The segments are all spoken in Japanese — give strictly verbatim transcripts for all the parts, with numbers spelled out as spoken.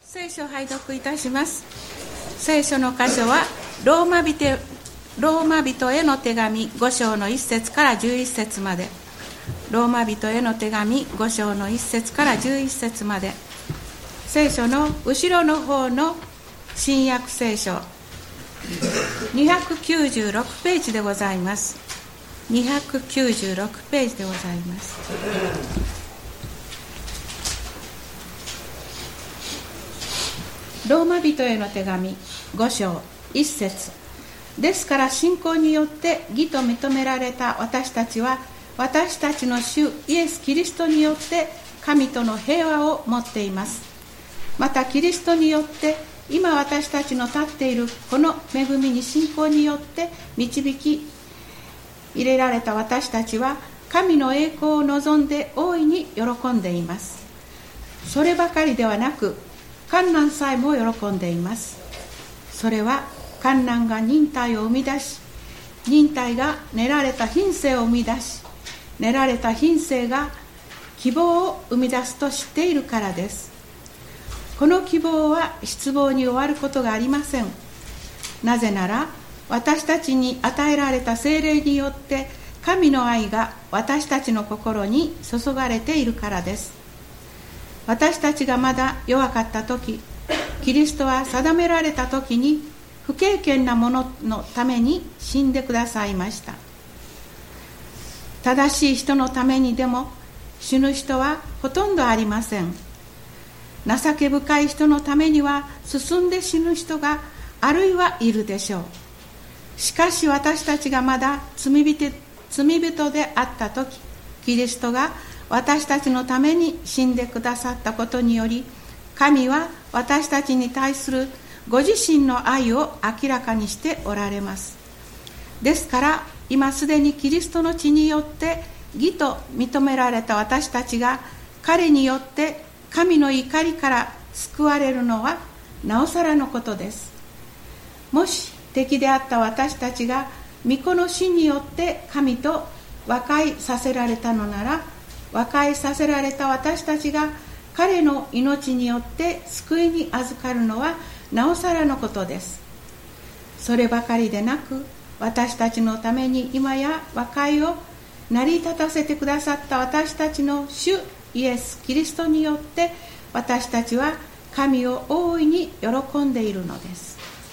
聖書を拝読いたします。聖書の箇所はローマ人へローマ人への手紙ご章のいっ節からじゅういち節まで、ローマ人への手紙ご章のいっ節からじゅういち節まで、聖書の後ろの方の新約聖書にひゃくきゅうじゅうろくページでございます。にひゃくきゅうじゅうろくページでございます。ローマ人への手紙ご章いっ節。ですから信仰によって義と認められた私たちは、私たちの主イエス・キリストによって神との平和を持っています。またキリストによって今私たちの立っているこの恵みに信仰によって導き入れられた私たちは、神の栄光を望んで大いに喜んでいます。そればかりではなく、患難さえも喜んでいます。それは患難が忍耐を生み出し、忍耐が練られた品性を生み出し、練られた品性が希望を生み出すと知っているからです。この希望は失望に終わることがありません。なぜなら私たちに与えられた聖霊によって神の愛が私たちの心に注がれているからです。私たちがまだ弱かった時、キリストは定められた時に不経験なもののために死んでくださいました。正しい人のためにでも死ぬ人はほとんどありません。情け深い人のためには進んで死ぬ人があるいはいるでしょう。しかし私たちがまだ罪人、罪人であった時、キリストが私たちのために死んでくださったことにより、神は私たちに対するご自身の愛を明らかにしておられます。ですから今すでにキリストの血によって義と認められた私たちが、彼によって神の怒りから救われるのはなおさらのことです。もし敵であった私たちが御子の死によって神と和解させられたのなら、和解させられた私たちが彼の命によって救いに預かるのはなおさらのことです。そればかりでなく、私たちのために今や和解を成り立たせてくださった私たちの主イエス・キリストによって私たちは神を大いに喜んでいるのです。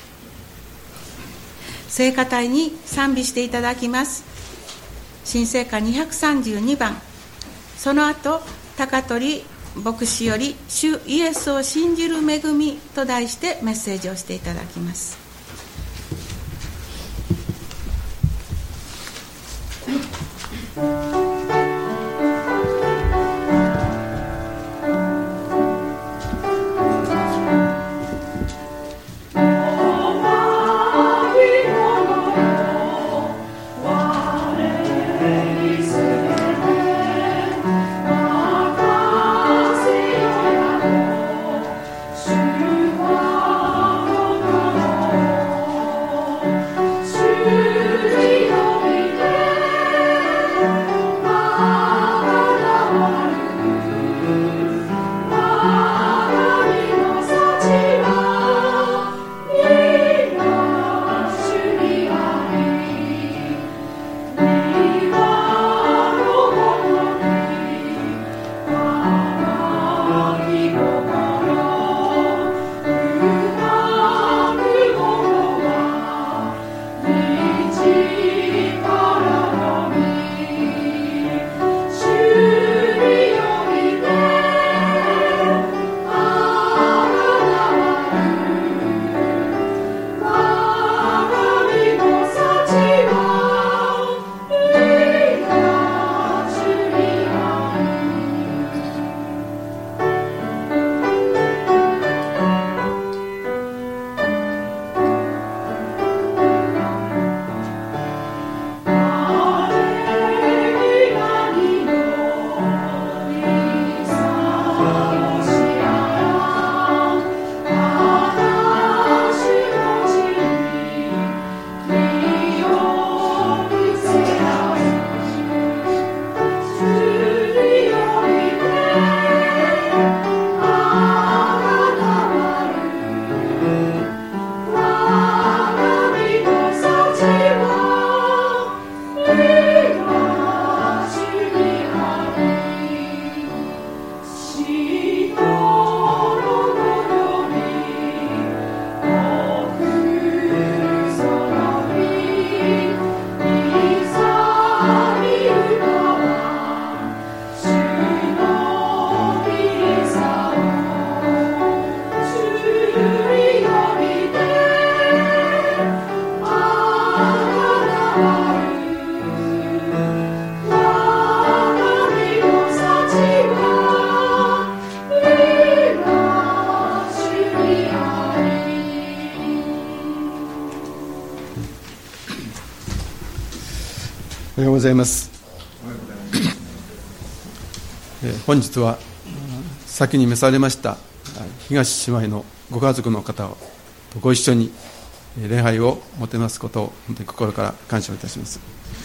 聖歌隊に賛美していただきます。新聖歌にひゃくさんじゅうにばん。その後高取牧師より主イエスを信じる恵みと題してメッセージをしていただきます。 主はおはようございます。本日は先に召されました東姉妹のご家族の方とご一緒に礼拝をもてなすことを本当に心から感謝をいたします。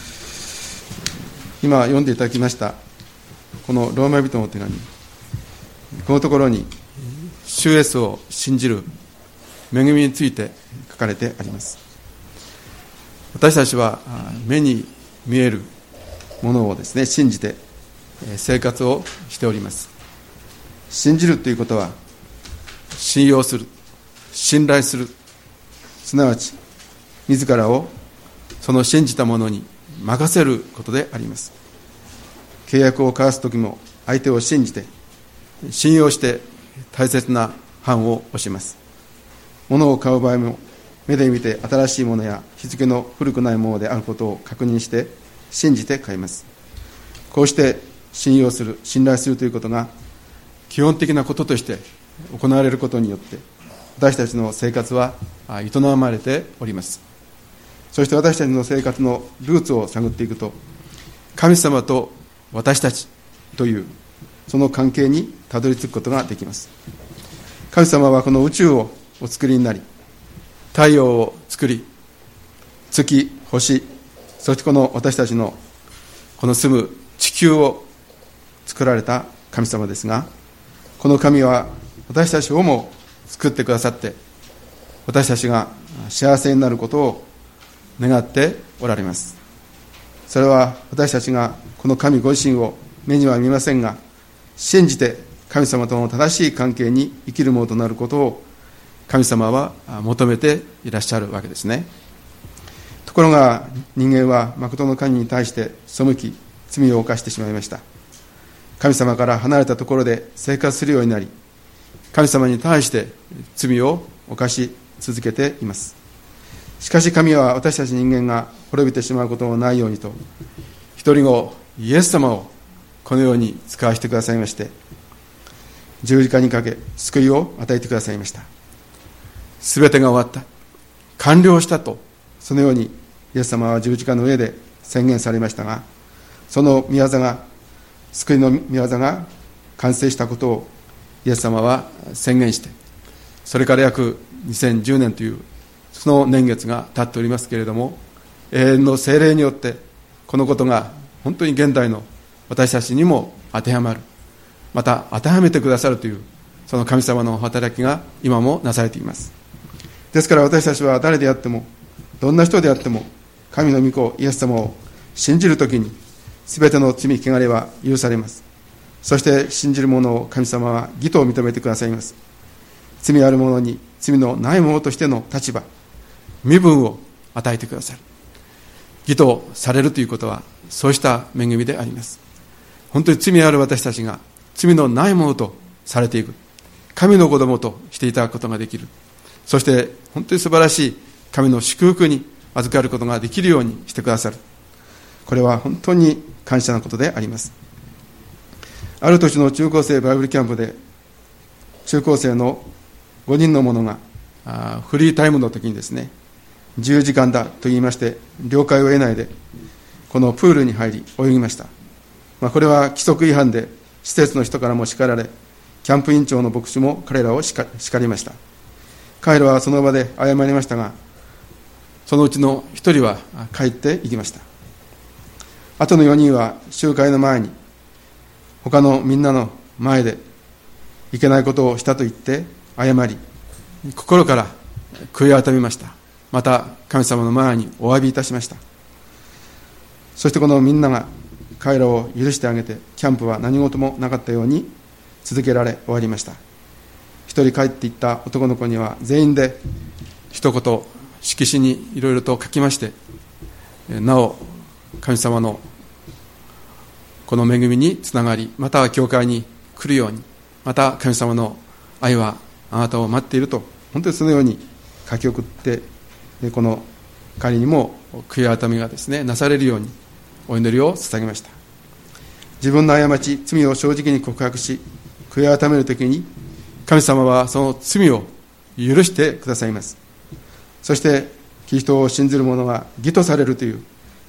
今読んでいただきましたこのローマ人の手紙、このところに主イエスを信じる恵みについて書かれてあります。私たちは目に見えるものをですね信じて生活をしております。信じるということは信用する、信頼する、すなわち自らをその信じたものに任せることであります。契約を交わすときも相手を信じて信用して大切な判を押します。物を買う場合も目で見て新しいものや日付の古くないものであることを確認して信じて買います。こうして信用する、信頼するということが基本的なこととして行われることによって私たちの生活は営まれております。そして私たちの生活のルーツを探っていくと、神様と私たちというその関係にたどり着くことができます。神様はこの宇宙をお作りになり、太陽を作り、月、星、そしてこの私たちのこの住む地球を作られた神様ですが、この神は私たちをも作ってくださって、私たちが幸せになることを願っておられます。それは私たちがこの神ご自身を目には見ませんが、信じて神様との正しい関係に生きるものとなることを神様は求めていらっしゃるわけですね。ところが人間は誠の神に対して背き罪を犯してしまいました。神様から離れたところで生活するようになり、神様に対して罪を犯し続けています。しかし神は私たち人間が滅びてしまうことのないようにと、一人子イエス様をこのように使わせてくださいまして、十字架にかけ救いを与えてくださいました。すべてが終わった、完了したと、そのようにイエス様は十字架の上で宣言されましたが、その御業が、救いの御業が完成したことをイエス様は宣言して、それから約にせんじゅうねんというその年月が経っておりますけれども、永遠の聖霊によってこのことが本当に現代の私たちにも当てはまる、また当てはめてくださるというその神様の働きが今もなされています。ですから私たちは誰であっても、どんな人であっても、神の御子イエス様を信じるときに全ての罪汚れは許されます。そして信じる者を神様は義と認めてくださいます。罪ある者に罪のない者としての立場、身分を与えてくださる。義とされるということはそうした恵みであります。本当に罪ある私たちが罪のない者とされていく、神の子供としていただくことができる。そして本当に素晴らしい神の祝福に預かることができるようにしてくださる。これは本当に感謝なことであります。ある年の中高生バイブルキャンプで、中高生のごにんの者がフリータイムの時にですね、自由時間だと言いまして了解を得ないでこのプールに入り泳ぎました。まあ、これは規則違反で施設の人からも叱られ、キャンプ委員長の牧師も彼らを叱りました。彼らはその場で謝りましたが、そのうちの一人は帰って行きました。あとのよにんは集会の前に他のみんなの前でいけないことをしたと言って謝り、心から悔い改めました。また神様の前にお詫びいたしました。そしてこのみんなが彼らを許してあげて、キャンプは何事もなかったように続けられ終わりました。一人帰っていった男の子には全員で一言色紙にいろいろと書きまして、なお神様のこの恵みにつながり、また教会に来るように、また神様の愛はあなたを待っていると、本当にそのように書き送って、でこの彼にも悔い改めがですねなされるようにお祈りを捧げました。自分の過ち、罪を正直に告白し悔い改めるときに、神様はその罪を許してくださいます。そしてキリストを信ずる者は義とされるという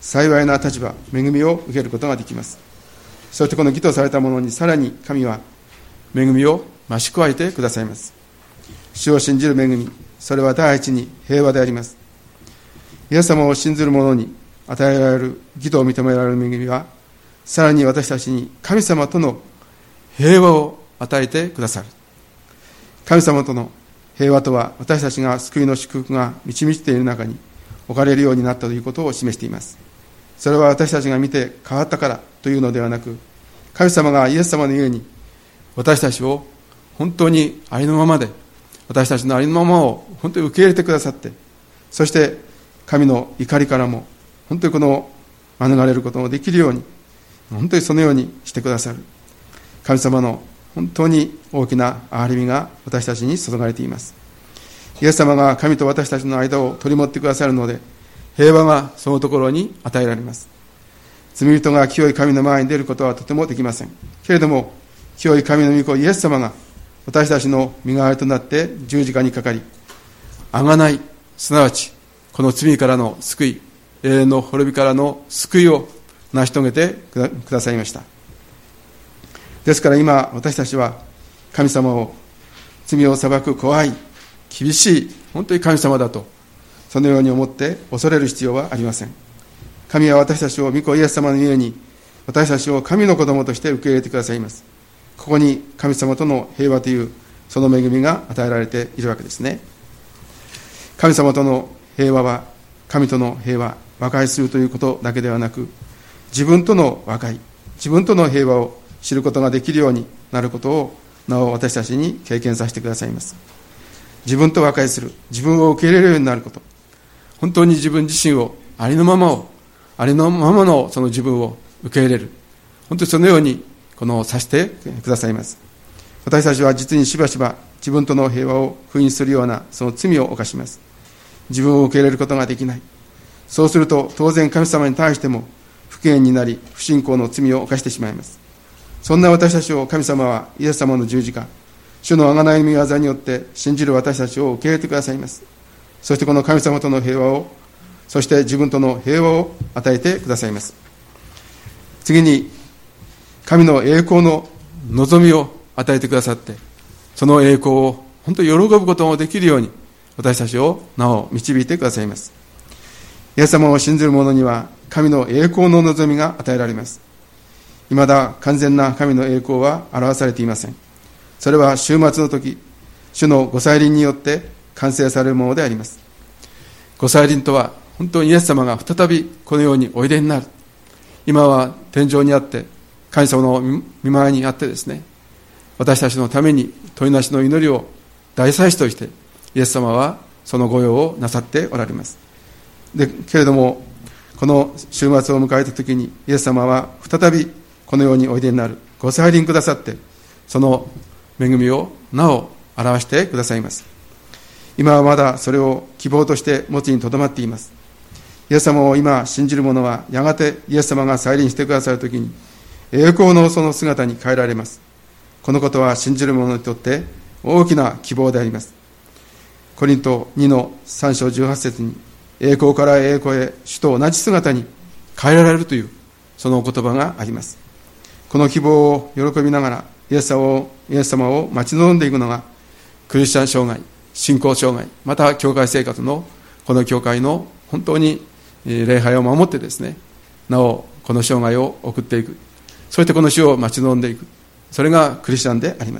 幸いな立場、恵みを受けることができます。そしてこの義とされたものにさらに神は恵みを増し加えてくださいます。主を信じる恵み、それは第一に平和であります。イエス様を信ずる者に与えられる義と認められる恵みは、さらに私たちに神様との平和を与えてくださる。神様との平和とは、私たちが救いの祝福が満ち満ちている中に置かれるようになったということを示しています。それは私たちが見て変わったからというのではなく、神様がイエス様のゆえに私たちを本当にありのままで、私たちのありのままを本当に受け入れてくださって、そして神の怒りからも本当にこの免れることもできるように、本当にそのようにしてくださる神様の本当に大きな憐れみが私たちに注がれています。イエス様が神と私たちの間を取り持ってくださるので、平和がそのところに与えられます。罪人が清い神の前に出ることはとてもできませんけれども、清い神の御子イエス様が私たちの身代わりとなって十字架にかかり、贖い、すなわちこの罪からの救い、永遠の滅びからの救いを成し遂げてくださいました。ですから今私たちは神様を、罪を裁く怖い厳しい本当に神様だと、そのように思って恐れる必要はありません。神は私たちを御子イエス様のゆえに、私たちを神の子供として受け入れてくださいます。ここに神様との平和というその恵みが与えられているわけですね。神様との平和は、神との平和、和解するということだけではなく、自分との和解、自分との平和を知ることができるようになることを、なお私たちに経験させてくださいます。自分と和解する、自分を受け入れるようになること、本当に自分自身をありのままを、ありのままのその自分を受け入れる、本当にそのようにこのさせてくださいます。私たちは実にしばしば自分との平和を封印するようなその罪を犯します。自分を受け入れることができない。そうすると当然神様に対しても不敬になり、不信仰の罪を犯してしまいます。そんな私たちを神様はイエス様の十字架、主の贖いの御業によって信じる私たちを受け入れてくださいます。そしてこの神様との平和を、そして自分との平和を与えてくださいます。次に神の栄光の望みを与えてくださって、その栄光を本当に喜ぶこともできるように私たちをなお導いてくださいます。イエス様を信じる者には神の栄光の望みが与えられます。未だ完全な神の栄光は表されていません。それは終末の時、主のご再臨によって完成されるものであります。ご再臨とは本当にイエス様が再びこのようにおいでになる。今は天上にあって神様の御前にあってですね、私たちのために問いなしの祈りを大祭司としてイエス様はその御用をなさっておられます。でけれどもこの終末を迎えた時にイエス様は再びこのようにおいでになる、ご再臨くださってその恵みをなお表してくださいます。今はまだそれを希望として持つにとどまっています。イエス様を今信じる者はやがてイエス様が再臨してくださるときに栄光のその姿に変えられます。このことは信じる者にとって大きな希望であります。コリントにのさん章じゅうはち節に栄光から栄光へ主と同じ姿に変えられるというその言葉があります。この希望を喜びながらイエス様を、イエス様を待ち望んでいくのがクリスチャン生涯、信仰生涯、また教会生活のこの教会の本当に礼拝を守ってですね、なおこの生涯を送っていく、そしてこの主を待ち望んでいく、それがクリスチャンであります。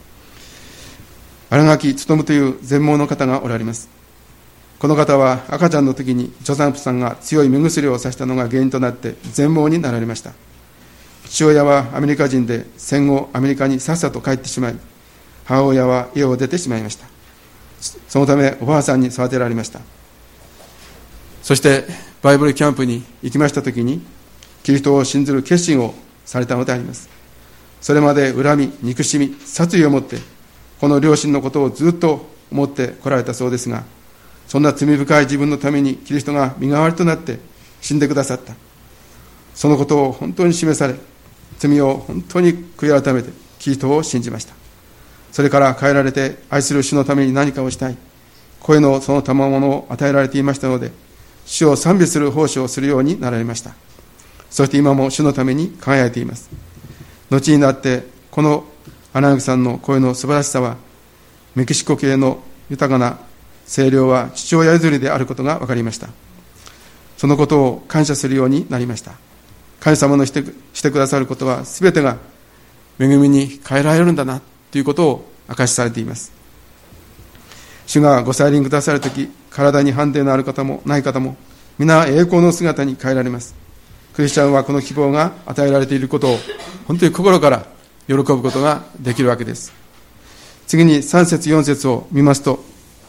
新垣勉という全盲の方がおられます。この方は赤ちゃんの時に助産婦さんが強い目薬をさしたのが原因となって全盲になられました。父親はアメリカ人で戦後アメリカにさっさと帰ってしまい、母親は家を出てしまいました。そのためおばあさんに育てられました。そしてバイブルキャンプに行きましたときにキリストを信ずる決心をされたのであります。それまで恨み、憎しみ、殺意を持ってこの両親のことをずっと思ってこられたそうですが、そんな罪深い自分のためにキリストが身代わりとなって死んでくださった、そのことを本当に示され、罪を本当に悔い改めてキリストを信じました。それから変えられて愛する主のために何かをしたい、声のその賜物を与えられていましたので、 主を賛美する奉仕をするようになられました。そして今も主のために輝いています。後になってこの穴垣さんの声の素晴らしさは、メキシコ系の豊かな声量は父親譲りであることが分かりました。そのことを感謝するようになりました。神様のして、してくださることは全てが恵みに変えられるんだなということを明かしされています。主がご再臨くださるとき、体にハンデのある方もない方も皆栄光の姿に変えられます。クリスチャンはこの希望が与えられていることを本当に心から喜ぶことができるわけです。次にさん節よん節を見ますと、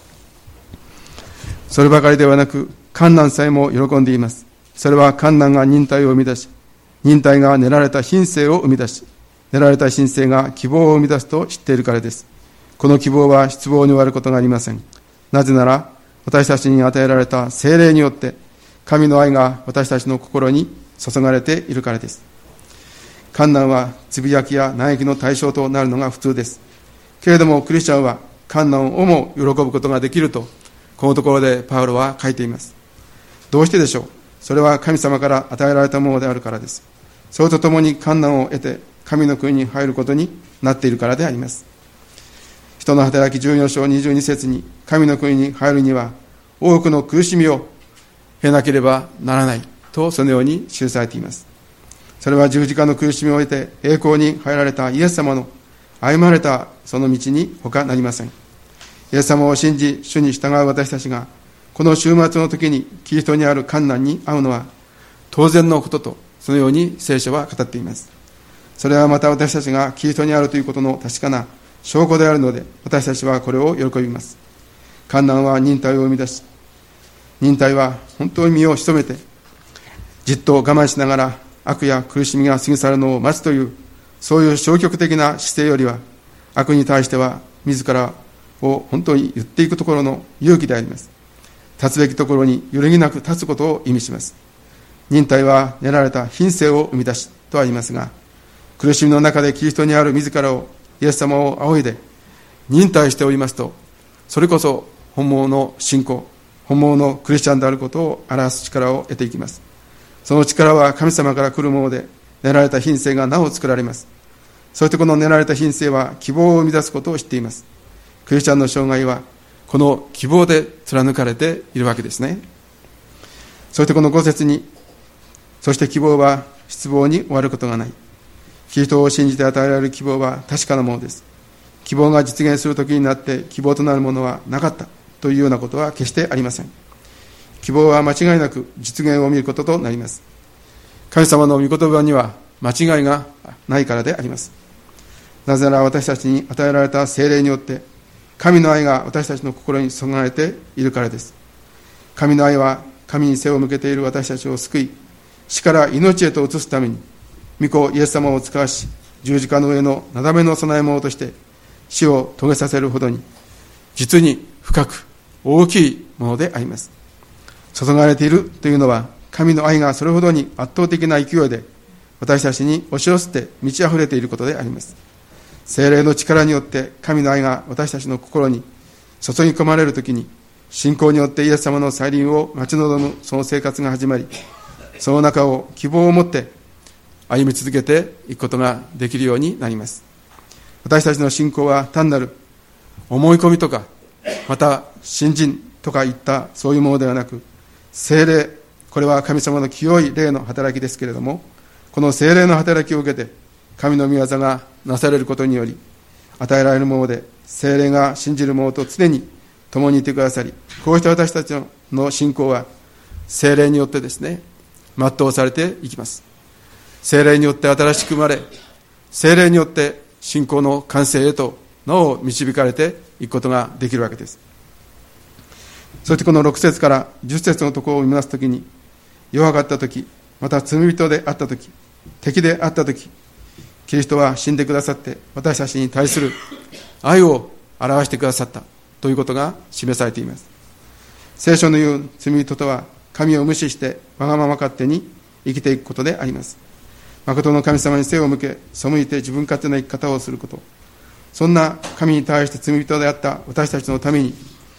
そればかりではなく患難さえも喜んでいます。それは患難が忍耐を生み出し、忍耐が練られた品性を生み出し、練られた品性が希望を生み出すと知っているからです。この希望は失望に終わることがありません。なぜなら私たちに与えられた聖霊によって神の愛が私たちの心に注がれているからです。患難はつぶやきや嘆きの対象となるのが普通です。けれどもクリスチャンは患難をも喜ぶことができると、このところでパウロは書いています。どうしてでしょう。それは神様から与えられたものであるからです。それとともに患難を得て神の国に入ることになっているからであります。人の働きじゅうよん章にじゅうに節に、神の国に入るには多くの苦しみを経なければならないと、そのように記されています。それは十字架の苦しみを得て栄光に入られたイエス様の歩まれたその道に他なりません。イエス様を信じ主に従う私たちがこの週末の時にキリストにある患難に遭うのは当然のことと、そのように聖書は語っています。それはまた私たちがキリストにあるということの確かな証拠であるので、私たちはこれを喜びます。患難は忍耐を生み出し、忍耐は本当に身を潜めてじっと我慢しながら悪や苦しみが過ぎ去るのを待つという、そういう消極的な姿勢よりは、悪に対しては自らを本当に言っていくところの勇気であります。立つべきところに揺るぎなく立つことを意味します。忍耐は練られた品性を生み出しとありますが、苦しみの中でキリストにある自らを、イエス様を仰いで忍耐しておりますと、それこそ本物の信仰、本物のクリスチャンであることを表す力を得ていきます。その力は神様から来るもので、練られた品性がなお作られます。そしてこの練られた品性は希望を生み出すことを知っています。クリスチャンの生涯はこの希望で貫かれているわけですね。そしてこのご節に、そして希望は失望に終わることがない。キリストを信じて与えられる希望は確かなものです。希望が実現する時になって希望となるものはなかったというようなことは決してありません。希望は間違いなく実現を見ることとなります。神様の御言葉には間違いがないからであります。なぜなら私たちに与えられた聖霊によって神の愛が私たちの心に注がれているからです。神の愛は神に背を向けている私たちを救い、死から命へと移すために御子イエス様を使わし、十字架の上のなだめの供え物として死を遂げさせるほどに実に深く大きいものであります。注がれているというのは、神の愛がそれほどに圧倒的な勢いで私たちに押し寄せて満ち溢れていることであります。聖霊の力によって神の愛が私たちの心に注ぎ込まれるときに、信仰によってイエス様の再臨を待ち望むその生活が始まり、その中を希望を持って歩み続けていくことができるようになります。私たちの信仰は単なる思い込みとか、また信心とかいったそういうものではなく、聖霊、これは神様の清い霊の働きですけれども、この聖霊の働きを受けて神の御業がなされることにより与えられるもので、聖霊が信じる者と常に共にいてくださり、こうした私たちの信仰は聖霊によってですね、全うされていきます。聖霊によって新しく生まれ、聖霊によって信仰の完成へとなお導かれていくことができるわけです。そしてこのろく節からじゅっ節のところを見ますときに、弱かったとき、また罪人であったとき、敵であったとき、キリストは死んでくださって私たちに対する愛を表してくださったということが示されています。聖書の言う罪人とは、神を無視してわがまま勝手に生きていくことであります。誠の神様に背を向け、背いて自分勝手な生き方をすること、そんな神に対して罪人であった私たちのために、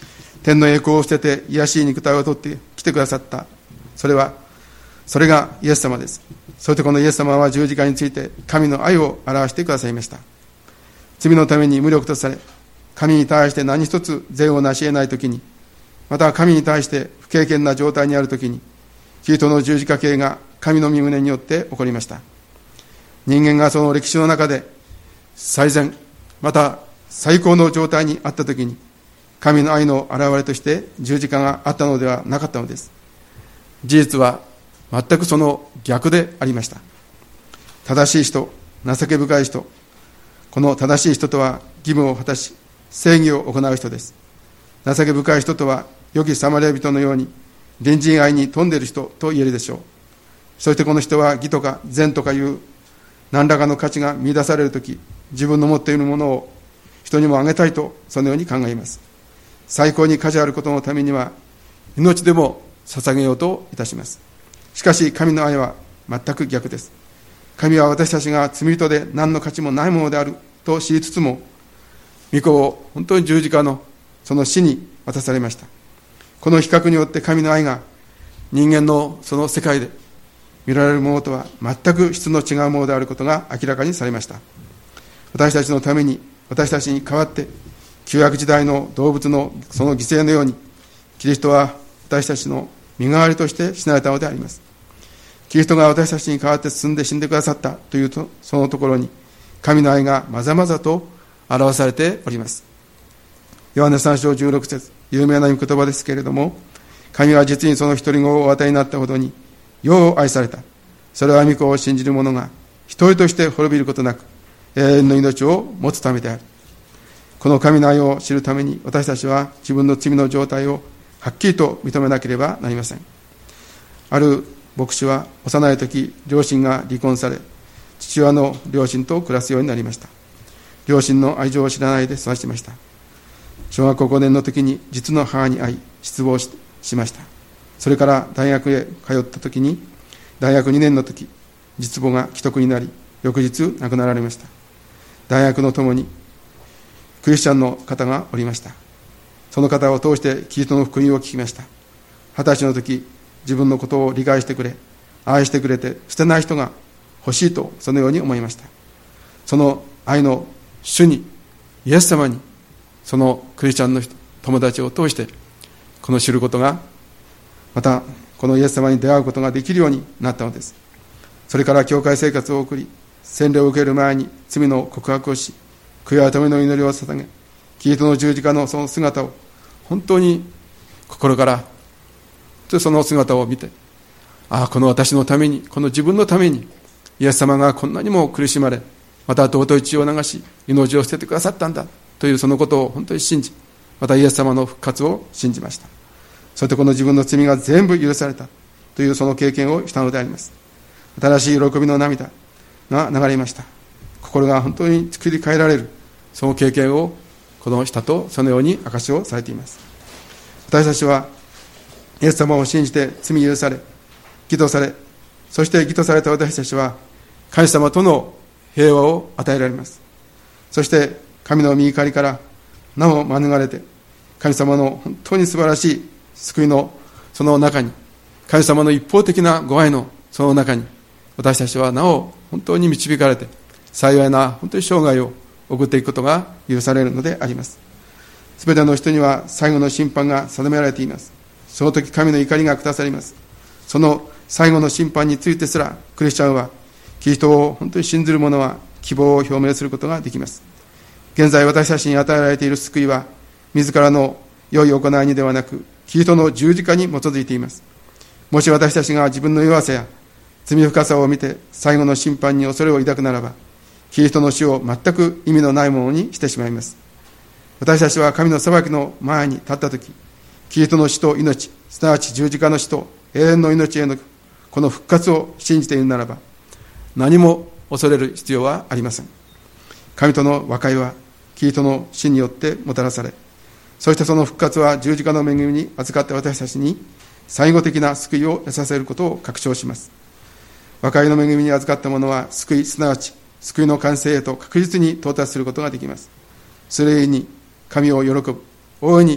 天の栄光を捨てて卑しい肉体を取って来てくださった。それは、それがイエス様です。そしてこのイエス様は十字架について神の愛を表してくださいました。罪のために無力とされ、神に対して何一つ善をなし得ないときに、また神に対して不経験な状態にあるときに、キリストの十字架刑が神の御胸によって起こりました。人間がその歴史の中で最善、また最高の状態にあったときに、神の愛の表れとして十字架があったのではなかったのです。事実は全くその逆でありました。正しい人、情け深い人、この正しい人とは義務を果たし正義を行う人です。情け深い人とは良きサマリア人のように隣人愛に富んでいる人と言えるでしょう。そしてこの人は義とか善とかいう何らかの価値が見出されるとき、自分の持っているものを人にもあげたいとそのように考えます。最高に価値あることのためには命でも捧げようといたします。しかし神の愛は全く逆です。神は私たちが罪人で何の価値もないものであると知りつつも、御子を本当に十字架のその死に渡されました。この比較によって神の愛が人間のその世界で見られるものとは全く質の違うものであることが明らかにされました。私たちのために、私たちに代わって旧約時代の動物のその犠牲のように、キリストは私たちの身代わりとして死なれたのであります。キリストが私たちに代わって進んで死んでくださったというと、そのところに神の愛がまざまざと表されております。ヨハネさん章じゅうろく節、有名な御言葉ですけれども、神は実にその一人子をお与えになったほどに世を愛された。それは御子を信じる者が一人として滅びることなく永遠の命を持つためである。この神の愛を知るために私たちは自分の罪の状態をはっきりと認めなければなりません。ある牧師は幼い時、両親が離婚され、父親の両親と暮らすようになりました。両親の愛情を知らないで育ちました。小学校ごねんの時に実の母に会い失望 し, しました。それから大学へ通った時に、大学にねんの時、実母が危篤になり、翌日亡くなられました。大学の友にクリスチャンの方がおりました。その方を通してキリストの福音を聞きました。二十歳の時、自分のことを理解してくれ、愛してくれて捨てない人が欲しいと、そのように思いました。その愛の主に、イエス様に、そのクリスチャンの友達を通してこの知ることが、またこのイエス様に出会うことができるようになったのです。それから教会生活を送り、洗礼を受ける前に罪の告白をし、悔い改めの祈りを捧げ、キリストの十字架のその姿を本当に心からその姿を見て、ああ、この私のために、この自分のためにイエス様がこんなにも苦しまれ、また尊い血を流し命を捨ててくださったんだというそのことを本当に信じ、またイエス様の復活を信じました。そしてこの自分の罪が全部許されたというその経験をしたのであります。新しい喜びの涙が流れました。心が本当に作り変えられる、その経験をこの人とそのように証しをされています。私たちはイエス様を信じて罪許され、義とされ、そして義とされた私たちは神様との平和を与えられます。そして神の御怒りからなお免れて、神様の本当に素晴らしい救いのその中に、神様の一方的なご愛のその中に、私たちはなお本当に導かれて、幸いな本当に生涯を送っていくことが許されるのであります。すべての人には最後の審判が定められています。その時神の怒りが下されます。その最後の審判についてすら、クリスチャンはキリストを本当に信ずる者は希望を表明することができます。現在私たちに与えられている救いは、自らの良い行いにではなく、キリストの十字架に基づいています。もし私たちが自分の弱さや罪深さを見て最後の審判に恐れを抱くならば、キリストの死を全く意味のないものにしてしまいます。私たちは神の裁きの前に立ったとき、キリストの死と命、すなわち十字架の死と永遠の命へのこの復活を信じているならば、何も恐れる必要はありません。神との和解はキリストの死によってもたらされ、そしてその復活は十字架の恵みに預かって私たちに最後的な救いを得させることを確証します。和解の恵みに預かった者は救い、すなわち救いの完成へと確実に到達することができます。それゆえに神を喜ぶ、大いに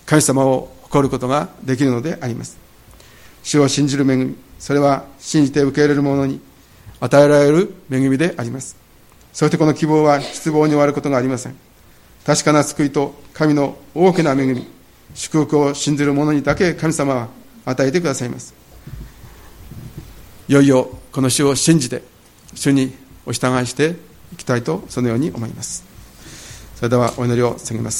神様を誇ることができるのであります。主を信じる恵み、それは信じて受け入れる者に与えられる恵みであります。そしてこの希望は失望に終わることがありません。確かな救いと神の大きな恵み、祝福を信じる者にだけ神様は与えてくださいます。いよいよこの主を信じて主にお従いしていきたいと、そのように思います。それではお祈りを捧げます。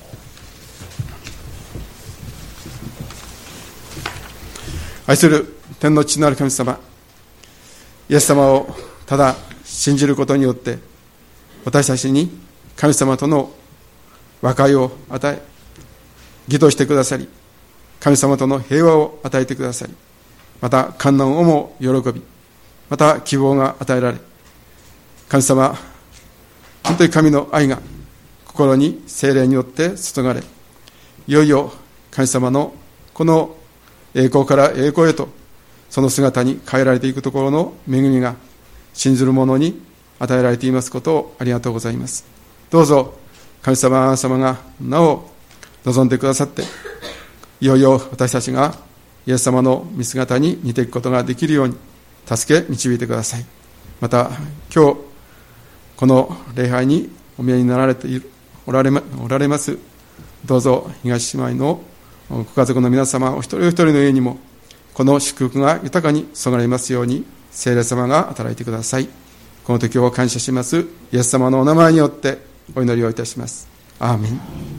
愛する天の父なる神様、イエス様をただ信じることによって私たちに神様との和解を与え、義としてくださり、神様との平和を与えてくださり、また観難をも喜び、また希望が与えられ、神様、本当に神の愛が心に聖霊によって注がれ、いよいよ神様のこの栄光から栄光へとその姿に変えられていくところの恵みが信じる者に与えられていますことをありがとうございます。どうぞ神様様がなお望んでくださって、いよいよ私たちがイエス様の御姿に似ていくことができるように助け導いてください。また今日この礼拝にお見えになられているおられま、おられます、どうぞ東姉妹のご家族の皆様お一人お一人の家にもこの祝福が豊かに注がれますように聖霊様が働いてください。この時を感謝しますイエス様のお名前によってお祈りをいたします。アーメン。